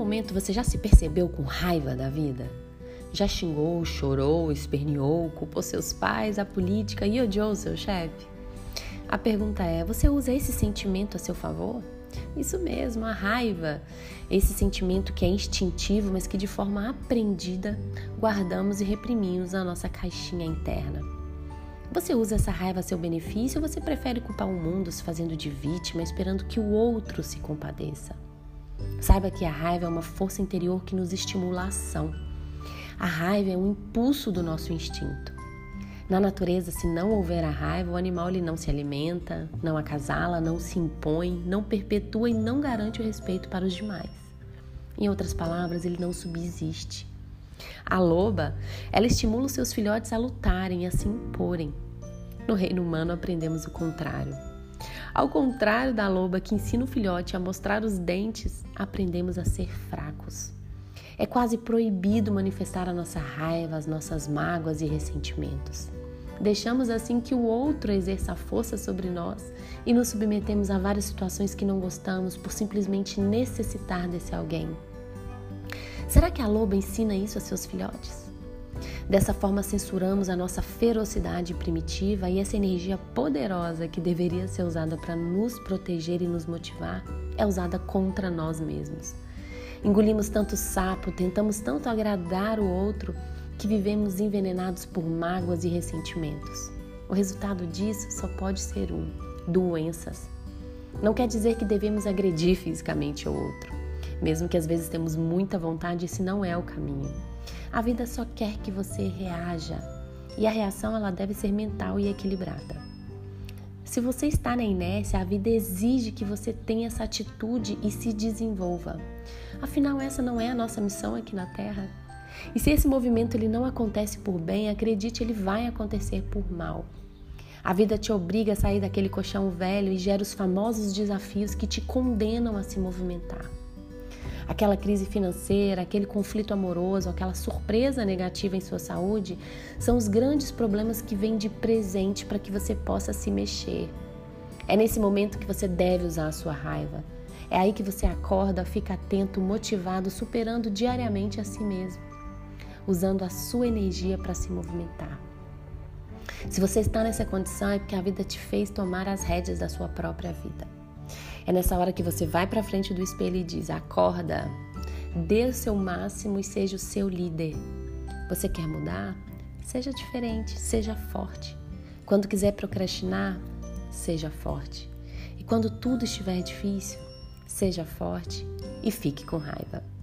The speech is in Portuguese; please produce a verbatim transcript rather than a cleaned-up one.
momento você já se percebeu com raiva da vida? Já xingou, chorou, esperneou, culpou seus pais, a política e odiou o seu chefe? A pergunta é, você usa esse sentimento a seu favor? Isso mesmo, a raiva. Esse sentimento que é instintivo, mas que de forma aprendida guardamos e reprimimos na nossa caixinha interna. Você usa essa raiva a seu benefício ou você prefere culpar o mundo se fazendo de vítima, esperando que o outro se compadeça? Saiba que a raiva é uma força interior que nos estimula a ação. A raiva é um impulso do nosso instinto. Na natureza, se não houver a raiva, o animal ele não se alimenta, não acasala, não se impõe, não perpetua e não garante o respeito para os demais. Em outras palavras, ele não subsiste. A loba, ela estimula os seus filhotes a lutarem, a se imporem. No reino humano, aprendemos o contrário. Ao contrário da loba que ensina o filhote a mostrar os dentes, aprendemos a ser fracos. É quase proibido manifestar a nossa raiva, as nossas mágoas e ressentimentos. Deixamos assim que o outro exerça a força sobre nós e nos submetemos a várias situações que não gostamos por simplesmente necessitar desse alguém. Será que a loba ensina isso a seus filhotes? Dessa forma censuramos a nossa ferocidade primitiva e essa energia poderosa que deveria ser usada para nos proteger e nos motivar é usada contra nós mesmos. Engolimos tanto sapo, tentamos tanto agradar o outro que vivemos envenenados por mágoas e ressentimentos. O resultado disso só pode ser um: doenças. Não quer dizer que devemos agredir fisicamente o outro, mesmo que às vezes temos muita vontade, esse não é o caminho. A vida só quer que você reaja, e a reação ela deve ser mental e equilibrada. Se você está na inércia, a vida exige que você tenha essa atitude e se desenvolva. Afinal, essa não é a nossa missão aqui na Terra. E se esse movimento ele não acontece por bem, acredite, ele vai acontecer por mal. A vida te obriga a sair daquele colchão velho e gera os famosos desafios que te condenam a se movimentar. Aquela crise financeira, aquele conflito amoroso, aquela surpresa negativa em sua saúde, são os grandes problemas que vêm de presente para que você possa se mexer. É nesse momento que você deve usar a sua raiva. É aí que você acorda, fica atento, motivado, superando diariamente a si mesmo, usando a sua energia para se movimentar. Se você está nessa condição, é porque a vida te fez tomar as rédeas da sua própria vida. É nessa hora que você vai para frente do espelho e diz: acorda, dê o seu máximo e seja o seu líder. Você quer mudar? Seja diferente, seja forte. Quando quiser procrastinar, seja forte. E quando tudo estiver difícil, seja forte e fique com raiva.